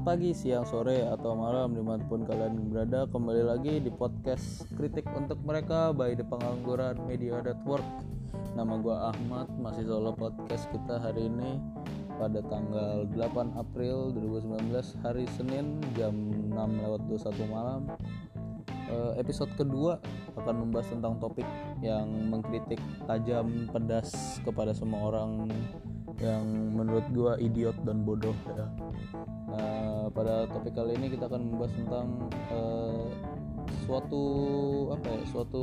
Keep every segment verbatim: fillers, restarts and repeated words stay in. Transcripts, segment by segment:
pagi, siang, sore, atau malam dimanapun kalian berada. Kembali lagi di podcast Kritik Untuk Mereka by The Pengangguran Media Network. Nama gue Ahmad, masih solo podcast kita hari ini pada tanggal delapan April dua ribu sembilan belas, hari Senin, jam enam lewat dua puluh satu malam. uh, Episode kedua akan membahas tentang topik yang mengkritik tajam, pedas kepada semua orang yang menurut gue idiot dan bodoh ya. Nah, pada topik kali ini kita akan membahas tentang uh, suatu apa ya, suatu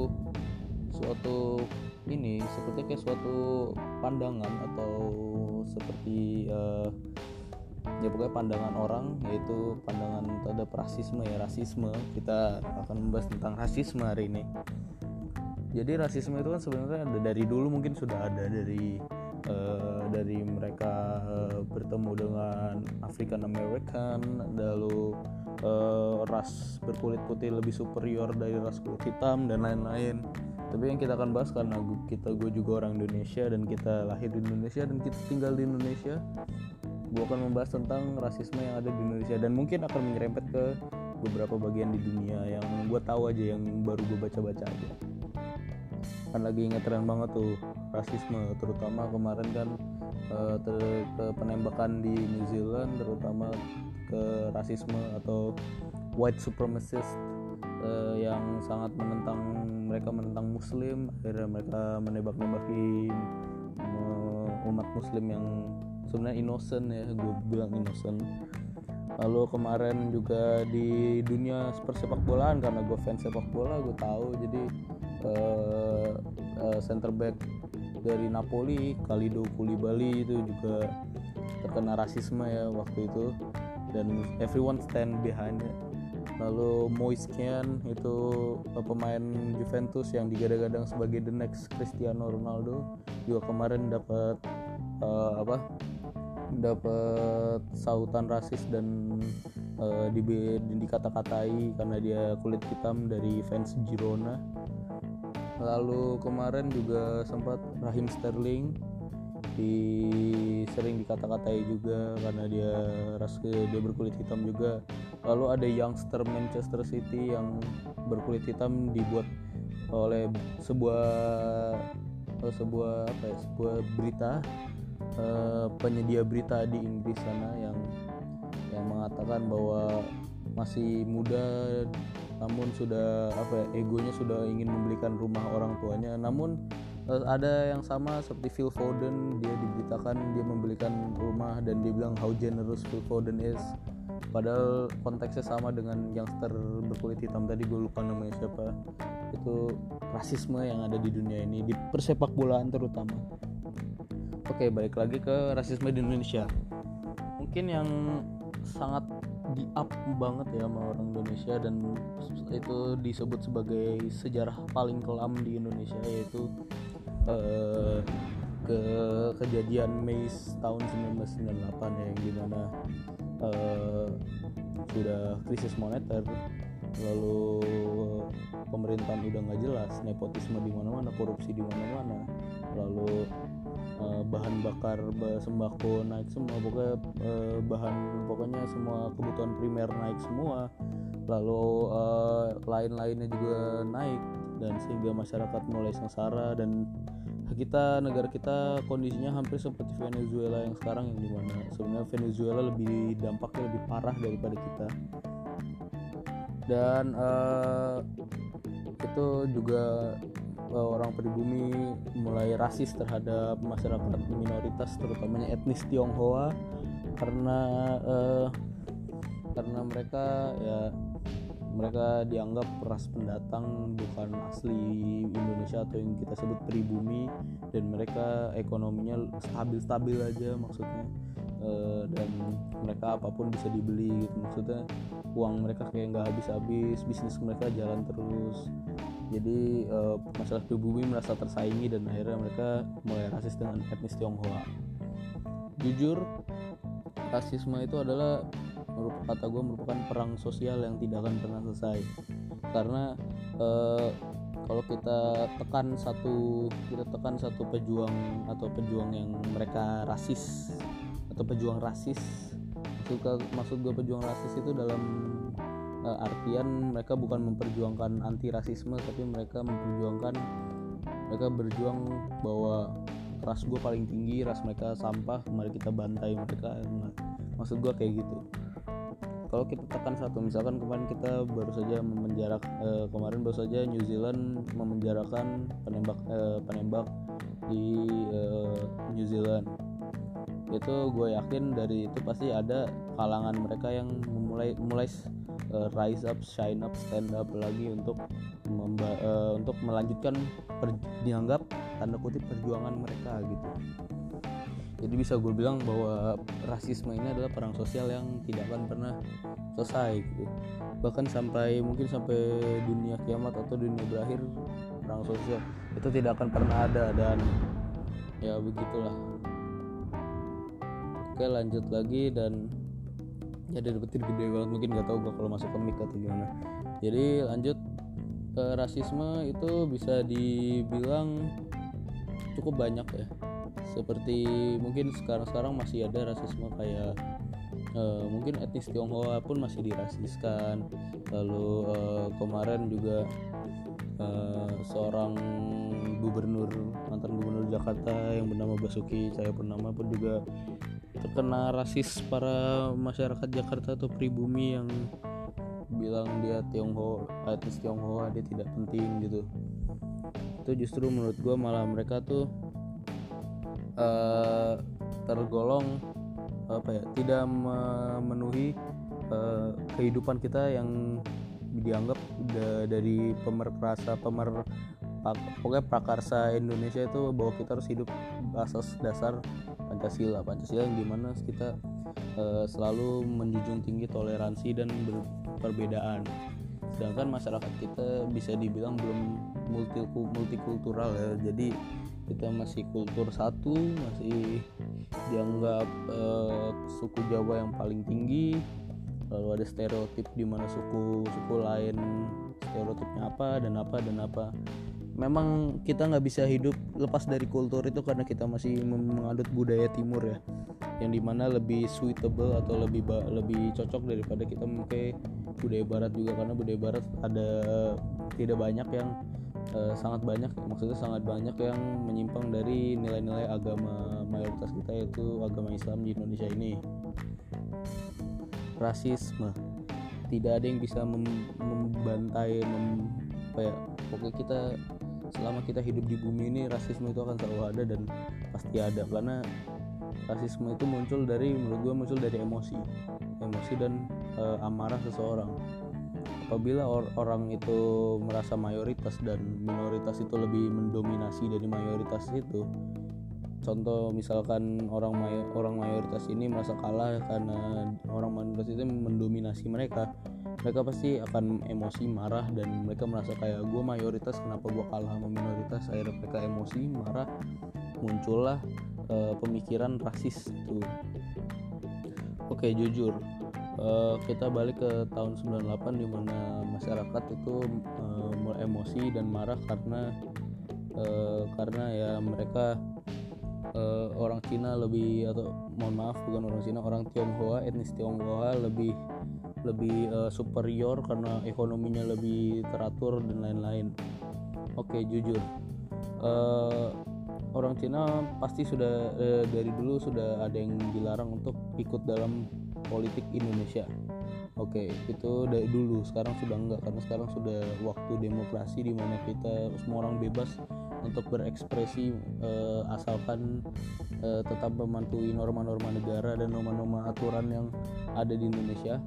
suatu ini seperti kayak suatu pandangan atau seperti uh, ya pokoknya pandangan orang, yaitu pandangan terhadap rasisme ya, rasisme. Kita akan membahas tentang rasisme hari ini. Jadi rasisme itu kan sebenarnya ada dari dulu, mungkin sudah ada dari Uh, dari mereka uh, bertemu dengan African American, lalu uh, ras berkulit putih lebih superior dari ras kulit hitam dan lain-lain. Tapi yang kita akan bahas, karena kita gue juga orang Indonesia dan kita lahir di Indonesia dan kita tinggal di Indonesia, gue akan membahas tentang rasisme yang ada di Indonesia dan mungkin akan menyerempet ke beberapa bagian di dunia yang gue tahu aja, yang baru gue baca-baca aja. Kan lagi ngetren banget tuh rasisme, terutama kemarin kan uh, ter- ke penembakan di New Zealand, terutama ke rasisme atau white supremacist uh, yang sangat menentang, mereka menentang Muslim. Akhirnya mereka menembak-nembakin uh, umat Muslim yang sebenarnya innocent ya, gue bilang innocent. Lalu kemarin juga di dunia persepak bolaan, karena gue fans sepak bola, gue tahu. Jadi uh, uh, center back dari Napoli, Kalidou Koulibaly, itu juga terkena rasisme ya waktu itu, dan everyone stand behind it. Lalu Moise Kean, itu uh, pemain Juventus yang digadang-gadang sebagai the next Cristiano Ronaldo, juga kemarin dapat uh, apa? dapat sautan rasis dan uh, di, di, dikata-katai karena dia kulit hitam dari fans Girona. Lalu kemarin juga sempat Raheem Sterling di sering dikata-katai juga karena dia ras dia berkulit hitam juga. Lalu ada youngster Manchester City yang berkulit hitam dibuat oleh sebuah sebuah apa ya, sebuah berita Uh, penyedia berita di Inggris sana yang yang mengatakan bahwa masih muda namun sudah apa ya, egonya sudah ingin membelikan rumah orang tuanya. Namun uh, ada yang sama seperti Phil Foden, dia diberitakan dia membelikan rumah dan dia bilang how generous Phil Foden is, padahal konteksnya sama dengan youngster berkulit hitam tadi, gue lupa namanya siapa. Itu rasisme yang ada di dunia ini, di persepak bolaan terutama. Oke, balik lagi ke rasisme di Indonesia. Mungkin yang sangat di up banget ya sama orang Indonesia, dan itu disebut sebagai sejarah paling kelam di Indonesia, yaitu uh, ke kejadian Mei tahun seribu sembilan ratus sembilan puluh delapan ya, yang dimana uh, sudah krisis moneter, lalu pemerintahan udah nggak jelas, nepotisme di mana-mana, korupsi di mana-mana, lalu uh, bahan bakar sembako naik semua, pokoknya uh, bahan pokoknya semua kebutuhan primer naik semua, lalu uh, lain-lainnya juga naik, dan sehingga masyarakat mulai sengsara. Dan kita, negara kita kondisinya hampir seperti Venezuela yang sekarang, yang dimana sebenarnya Venezuela lebih dampaknya lebih parah daripada kita. Dan uh, itu juga uh, orang pribumi mulai rasis terhadap masyarakat minoritas, terutamanya etnis Tionghoa, karena uh, karena mereka ya mereka dianggap ras pendatang, bukan asli Indonesia atau yang kita sebut pribumi, dan mereka ekonominya stabil-stabil aja maksudnya. Uh, dan mereka apapun bisa dibeli gitu, maksudnya uang mereka kayak nggak habis-habis, bisnis mereka jalan terus. Jadi uh, masyarakat pribumi merasa tersaingi dan akhirnya mereka mulai rasis dengan etnis Tionghoa. Jujur, rasisme itu adalah, menurut kata gue, merupakan perang sosial yang tidak akan pernah selesai. Karena uh, kalau kita tekan satu kita tekan satu pejuang atau pejuang yang mereka rasis atau pejuang rasis, maksud maksud gue pejuang rasis itu dalam uh, artian mereka bukan memperjuangkan anti rasisme, tapi mereka memperjuangkan mereka berjuang bahwa ras gue paling tinggi, ras mereka sampah, mari kita bantai mereka. Maksud gue kayak gitu. Kalau kita tekan satu, misalkan kemarin kita baru saja memenjarak eh, kemarin baru saja New Zealand memenjarakan penembak eh, penembak di eh, New Zealand. Itu gue yakin dari itu pasti ada kalangan mereka yang memulai mulai uh, rise up, shine up, stand up lagi untuk memba- uh, untuk melanjutkan per- dianggap tanda kutip perjuangan mereka gitu. Jadi bisa gue bilang bahwa rasisme ini adalah perang sosial yang tidak akan pernah selesai gitu. Bahkan sampai mungkin sampai dunia kiamat atau dunia berakhir, perang sosial itu tidak akan pernah ada, dan ya begitulah. Oke, lanjut lagi, dan ya dia dapetin gede banget, mungkin nggak tahu gue kalau masuk ke mic atau gimana. Jadi lanjut ke rasisme itu bisa dibilang cukup banyak ya. Seperti mungkin sekarang-sekarang masih ada rasisme kayak uh, mungkin etnis Tionghoa pun masih dirasiskan. Lalu uh, kemarin juga uh, seorang gubernur, mantan gubernur Jakarta yang bernama Basuki Cahayapurnama pun juga terkena rasis para masyarakat Jakarta atau pribumi yang bilang dia Tionghoa, etnis Tionghoa, dia tidak penting gitu. Itu justru menurut gue malah mereka tuh uh, tergolong apa ya, tidak memenuhi uh, kehidupan kita yang dianggap da- dari pemerkasa pemer pokoknya prakarsa Indonesia itu bahwa kita harus hidup asas dasar Pancasila Pancasila yang dimana kita uh, selalu menjunjung tinggi toleransi dan perbedaan. Sedangkan masyarakat kita bisa dibilang belum multi multikultural ya. Jadi kita masih kultur satu, masih dianggap uh, suku Jawa yang paling tinggi. Lalu ada stereotip di mana suku suku lain stereotipnya apa dan apa dan apa. Memang kita nggak bisa hidup lepas dari kultur itu karena kita masih mengadut budaya timur ya, yang dimana lebih suitable atau lebih ba- lebih cocok daripada kita memakai budaya barat juga, karena budaya barat ada tidak banyak yang eh, sangat banyak maksudnya sangat banyak yang menyimpang dari nilai-nilai agama mayoritas kita, yaitu agama Islam di Indonesia ini. Rasisme tidak ada yang bisa mem- membantai mem- apa ya, pokoknya kita selama kita hidup di bumi ini rasisme itu akan selalu ada dan pasti ada, karena rasisme itu muncul dari menurut gue muncul dari emosi emosi dan e, amarah seseorang. Apabila or- orang itu merasa mayoritas dan minoritas itu lebih mendominasi dari mayoritas itu, contoh misalkan orang may- orang mayoritas ini merasa kalah karena orang mayoritas itu mendominasi mereka, mereka pasti akan emosi, marah, dan mereka merasa kayak gue mayoritas, kenapa gue kalah sama minoritas. Akhirnya mereka emosi, marah, muncullah e, pemikiran rasis itu. Oke, jujur e, kita balik ke tahun sembilan puluh delapan di mana masyarakat itu e, mulai emosi dan marah karena e, karena ya mereka Uh, orang Cina lebih, atau mohon maaf bukan orang Cina, orang Tionghoa, etnis Tionghoa lebih lebih uh, superior karena ekonominya lebih teratur dan lain-lain. Oke, jujur uh, orang Cina pasti sudah uh, dari dulu sudah ada yang dilarang untuk ikut dalam politik Indonesia. Oke, itu dari dulu. Sekarang sudah enggak, karena sekarang sudah waktu demokrasi di mana kita semua orang bebas untuk berekspresi eh, asalkan eh, tetap mematuhi norma-norma negara dan norma-norma aturan yang ada di Indonesia.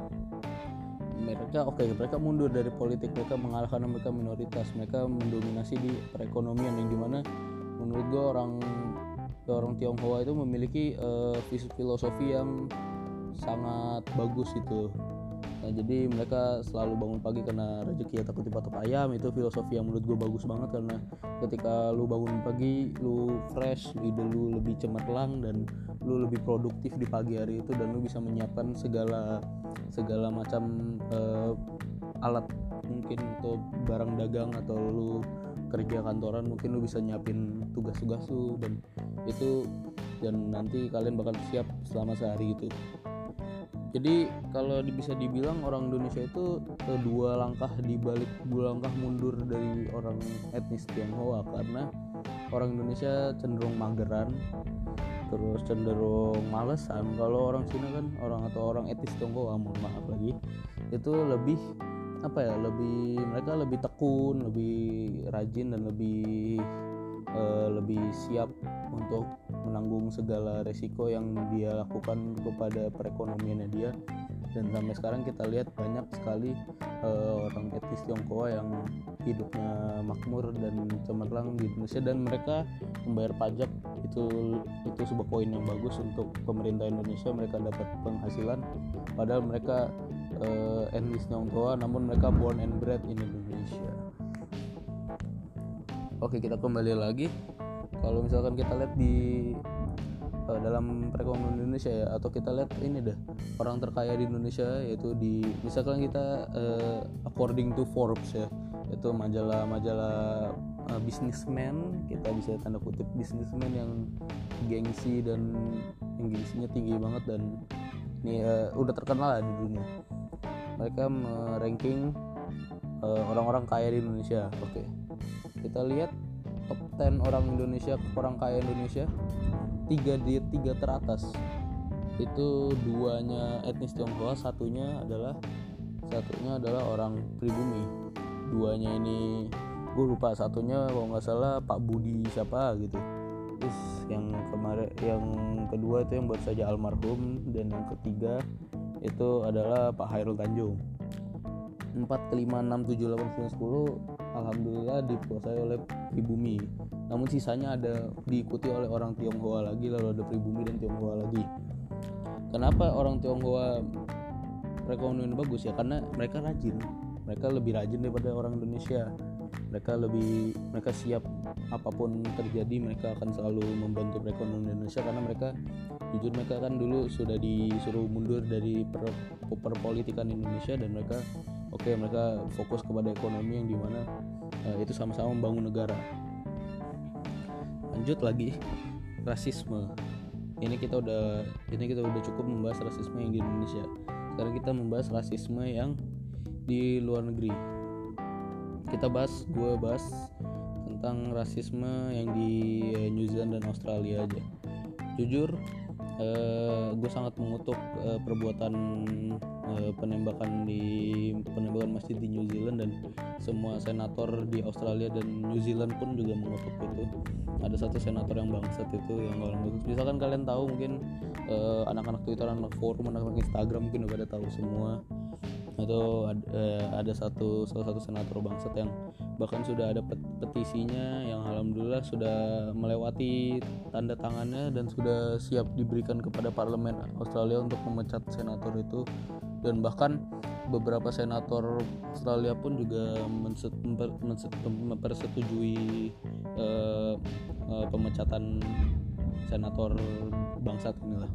Mereka oke, okay, mereka mundur dari politik, mereka mengalah karena mereka minoritas, mereka mendominasi di perekonomian, yang dimana menurut gue orang orang Tionghoa itu memiliki eh, filosofi yang sangat bagus itu. Nah, jadi mereka selalu bangun pagi karena rezeki atau takut dipatok ayam. Itu filosofi yang menurut gue bagus banget, karena ketika lu bangun pagi lu fresh, ide lu lebih cemerlang dan lu lebih produktif di pagi hari itu, dan lu bisa menyiapkan segala segala macam uh, alat mungkin untuk barang dagang, atau lu kerja kantoran mungkin lu bisa nyiapin tugas-tugas lu, dan itu dan nanti kalian bakal siap selama sehari gitu. Jadi kalau bisa dibilang orang Indonesia itu eh, dua langkah di balik dua langkah mundur dari orang etnis Tionghoa, karena orang Indonesia cenderung mageran, terus cenderung malesan. Kalau orang Cina kan, orang atau orang etnis Tionghoa, mohon maaf lagi, itu lebih apa ya, lebih mereka lebih tekun, lebih rajin, dan lebih eh, lebih siap untuk menanggung segala resiko yang dia lakukan kepada perekonomiannya dia. Dan sampai sekarang kita lihat banyak sekali uh, orang etnis Tionghoa yang hidupnya makmur dan cemerlang di Indonesia, dan mereka membayar pajak. Itu itu sebuah poin yang bagus untuk pemerintah Indonesia. Mereka dapat penghasilan padahal mereka uh, etnis Tionghoa, namun mereka born and bred in Indonesia. Oke, kita kembali lagi. Kalau misalkan kita lihat di uh, dalam perekonomian Indonesia ya, atau kita lihat ini dah, orang terkaya di Indonesia, yaitu di misalkan kita uh, according to Forbes ya, itu majalah-majalah uh, businessman, kita bisa tanda kutip businessman yang gengsi dan yang gengsinya tinggi banget, dan ini uh, udah terkenal lah di dunia. Mereka meranking uh, orang-orang kaya di Indonesia. Oke, kita lihat top sepuluh orang Indonesia, orang kaya Indonesia, tiga di tiga teratas itu duanya etnis Tionghoa, satunya adalah satunya adalah orang pribumi. Duanya ini gue lupa, satunya kalau nggak salah Pak Budi siapa gitu. Terus yang kemarin, yang kedua itu yang baru saja almarhum, dan yang ketiga itu adalah Pak Hairul Tanjung. empat, lima, enam, tujuh, delapan, sembilan, sepuluh alhamdulillah dikuasai oleh pribumi. Namun sisanya ada diikuti oleh orang Tionghoa lagi, lalu ada pribumi dan Tionghoa lagi. Kenapa orang Tionghoa perekonomian bagus ya? Karena mereka rajin. Mereka lebih rajin daripada orang Indonesia. Mereka lebih mereka siap apapun terjadi, mereka akan selalu membantu perekonomian Indonesia, karena mereka jujur mereka kan dulu sudah disuruh mundur dari per, perpolitikan Indonesia, dan mereka oke okay, mereka fokus kepada ekonomi yang dimana uh, itu sama-sama membangun negara. Lanjut lagi, rasisme. Ini kita udah ini kita udah cukup membahas rasisme yang di Indonesia. Sekarang kita membahas rasisme yang di luar negeri. Kita bahas, gue bahas tentang rasisme yang di New Zealand dan Australia aja. Jujur, eh, gue sangat mengutuk eh, perbuatan eh, penembakan di penembakan masjid di New Zealand, dan semua senator di Australia dan New Zealand pun juga mengutuk itu. Ada satu senator yang bangsat itu, yang kalau misalkan kalian tahu, mungkin eh, anak-anak Twitter, anak forum, anak-anak Instagram mungkin udah pada tahu semua. Atau ada, eh, ada satu salah satu senator bangsat yang bahkan sudah ada petisinya yang alhamdulillah sudah melewati tanda tangannya dan sudah siap diberikan kepada parlemen Australia untuk memecat senator itu. Dan bahkan beberapa senator Australia pun juga menset, memper, menset, mempersetujui eh, eh, pemecatan senator bangsat inilah.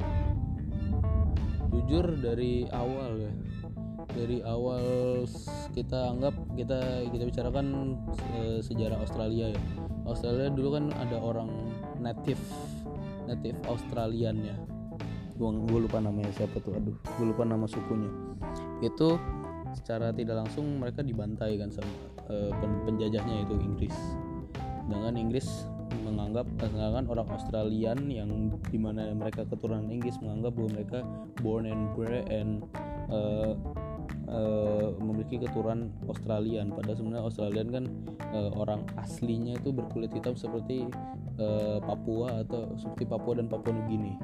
Jujur dari awal ya dari awal kita anggap kita kita bicarakan e, sejarah Australia ya. Australia dulu kan ada orang native native Australian ya. Gua, gua lupa namanya siapa tuh. Aduh, gua lupa nama sukunya. Itu secara tidak langsung mereka dibantai kan sama e, penjajahnya, itu Inggris. Dengan Inggris menganggap menganggap orang Australian yang dimana mereka keturunan Inggris menganggap bahwa mereka born and bred and e, Uh, memiliki keturunan Australian, padahal sebenarnya Australian kan uh, orang aslinya itu berkulit hitam seperti uh, Papua atau seperti Papua dan Papua Nugini.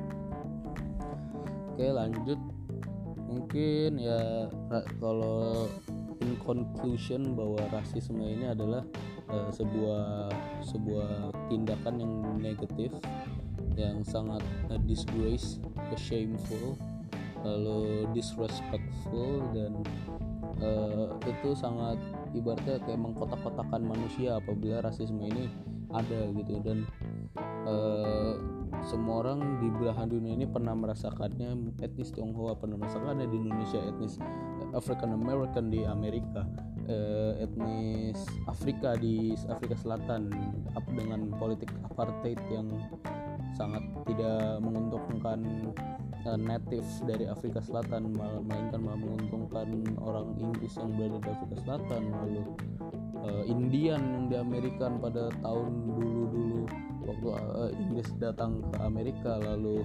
Oke, lanjut. Mungkin ya ra- kalau in conclusion bahwa rasisme ini adalah uh, sebuah sebuah tindakan yang negatif, yang sangat uh, disgrace, shameful, lalu disrespectful, dan uh, itu sangat ibaratnya kayak mengkotak-kotakan manusia apabila rasisme ini ada gitu. Dan uh, semua orang di belahan dunia ini pernah merasakannya. Etnis Tionghoa pernah merasakannya di Indonesia, etnis African American di Amerika, uh, etnis Afrika di Afrika Selatan dengan politik apartheid yang sangat tidak menguntungkan uh, native dari Afrika Selatan, melainkan malah menguntungkan orang Inggris yang berada di Afrika Selatan, lalu uh, Indian yang di Amerika pada tahun dulu-dulu waktu uh, Inggris datang ke Amerika, lalu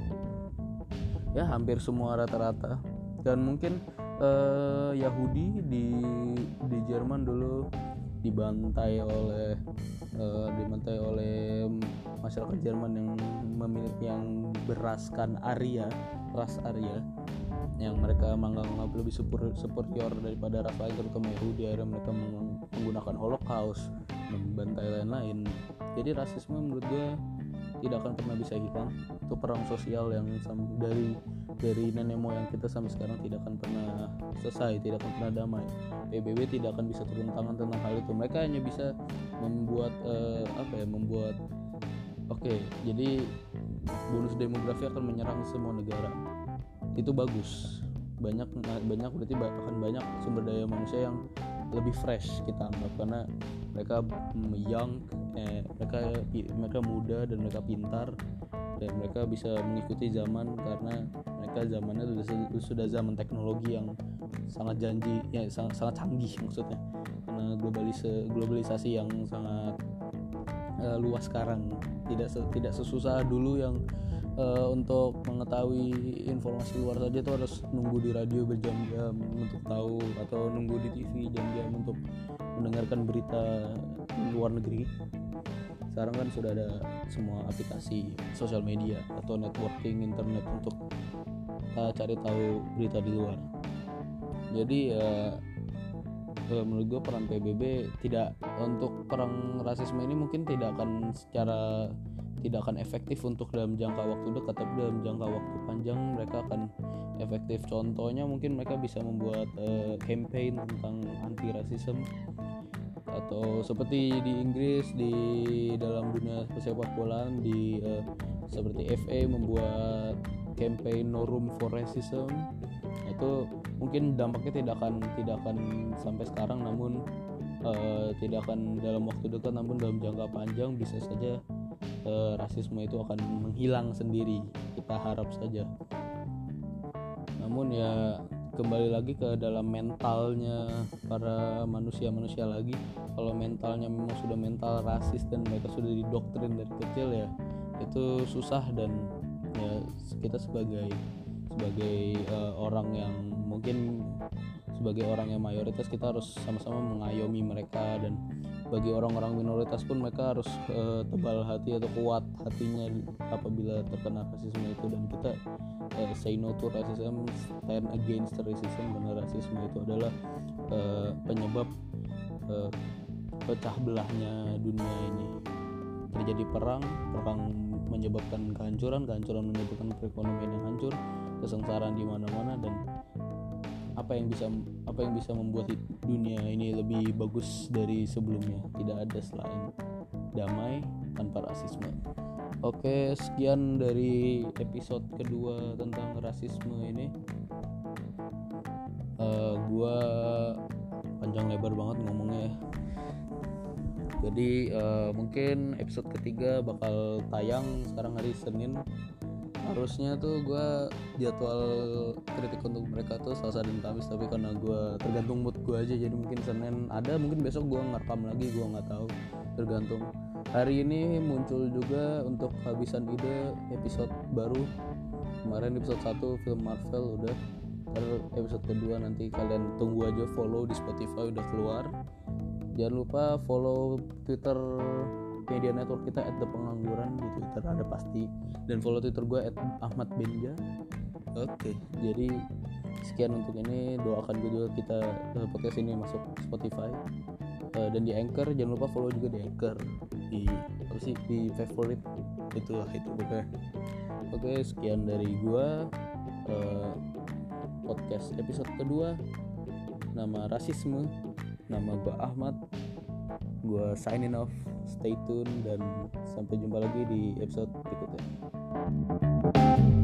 ya hampir semua rata-rata. Dan mungkin uh, Yahudi di di Jerman dulu dibantai oleh uh, dibantai oleh masyarakat Jerman yang memiliki yang beraskan Arya, ras Arya, yang mereka menganggap lebih superior daripada ras lain, terutama Yahudi. Akhirnya mereka menggunakan Holocaust, membantai lain-lain. Jadi rasisme menurut gue tidak akan pernah bisa hilang. Itu perang sosial yang dari dari nenek moyang kita sampai sekarang tidak akan pernah selesai, tidak akan pernah damai. P B B tidak akan bisa turun tangan tentang hal itu. Mereka hanya bisa membuat uh, apa ya membuat oke okay, jadi bonus demografi akan menyerang semua negara. Itu bagus, banyak banyak berarti akan banyak sumber daya manusia yang lebih fresh kita anggap, karena mereka young, eh, mereka mereka muda dan mereka pintar dan mereka bisa mengikuti zaman, karena mereka zamannya sudah, sudah zaman teknologi yang sangat janji, ya sangat, sangat canggih maksudnya, karena globalisa, globalisasi yang sangat uh, luas sekarang, tidak tidak sesusah dulu yang Uh, untuk mengetahui informasi luar saja tuh harus nunggu di radio berjam-jam untuk tahu, atau nunggu di T V jam-jam untuk mendengarkan berita luar negeri. Sekarang kan sudah ada semua aplikasi sosial media atau networking internet untuk kita cari tahu berita di luar. Jadi uh, uh, menurut gue peran P B B tidak untuk perang rasisme ini mungkin tidak akan secara tidak akan efektif untuk dalam jangka waktu dekat, tapi dalam jangka waktu panjang mereka akan efektif. Contohnya mungkin mereka bisa membuat uh, campaign tentang anti rasisme, atau seperti di Inggris di dalam dunia sepak bolaan di uh, seperti F A membuat campaign No Room for Racism. Itu mungkin dampaknya tidak akan tidak akan sampai sekarang, namun uh, tidak akan dalam waktu dekat, namun dalam jangka panjang bisa saja Uh, rasisme itu akan menghilang sendiri, kita harap saja. Namun ya kembali lagi ke dalam mentalnya para manusia-manusia lagi. Kalau mentalnya memang sudah mental rasis dan mereka sudah didoktrin dari kecil, ya itu susah. Dan ya kita sebagai sebagai uh, orang yang mungkin sebagai orang yang mayoritas, kita harus sama-sama mengayomi mereka. Dan bagi orang-orang minoritas pun mereka harus uh, tebal hati atau kuat hatinya apabila terkena rasisme itu. Dan kita uh, say no to racism, stand against racism, karena rasisme itu adalah uh, penyebab uh, pecah belahnya dunia ini. Terjadi perang, perang menyebabkan kehancuran, kehancuran menyebabkan perekonomian yang hancur, kesengsaraan di mana-mana. Dan apa yang bisa apa yang bisa membuat dunia ini lebih bagus dari sebelumnya? Tidak ada selain damai tanpa rasisme. Oke, sekian dari episode kedua tentang rasisme ini. Uh, gua panjang lebar banget ngomongnya. Jadi uh, mungkin episode ketiga bakal tayang sekarang hari Senin. Harusnya tuh gue jadwal kritik untuk mereka tuh Selasa dan Kamis, tapi karena gue tergantung mood gue aja, jadi mungkin Senin ada, mungkin besok gue ngerekam lagi, gue nggak tahu, tergantung. Hari ini muncul juga untuk kehabisan ide episode baru. Kemarin episode satu film Marvel udah, terus episode kedua nanti kalian tunggu aja, follow di Spotify udah keluar. Jangan lupa follow Twitter media network kita at the pengangguran, di Twitter ada pasti, dan follow Twitter gue at Ahmad Benja. Oke, jadi sekian untuk ini. Doakan gue juga kita uh, podcast ini masuk Spotify uh, dan di Anchor. Jangan lupa follow juga di Anchor, di apa sih, di favorite, itulah itu pokoknya. Oke, sekian dari gue, uh, podcast episode kedua, nama rasisme, nama gue Ahmad. Gue signing off, stay tune dan sampai jumpa lagi di episode berikutnya.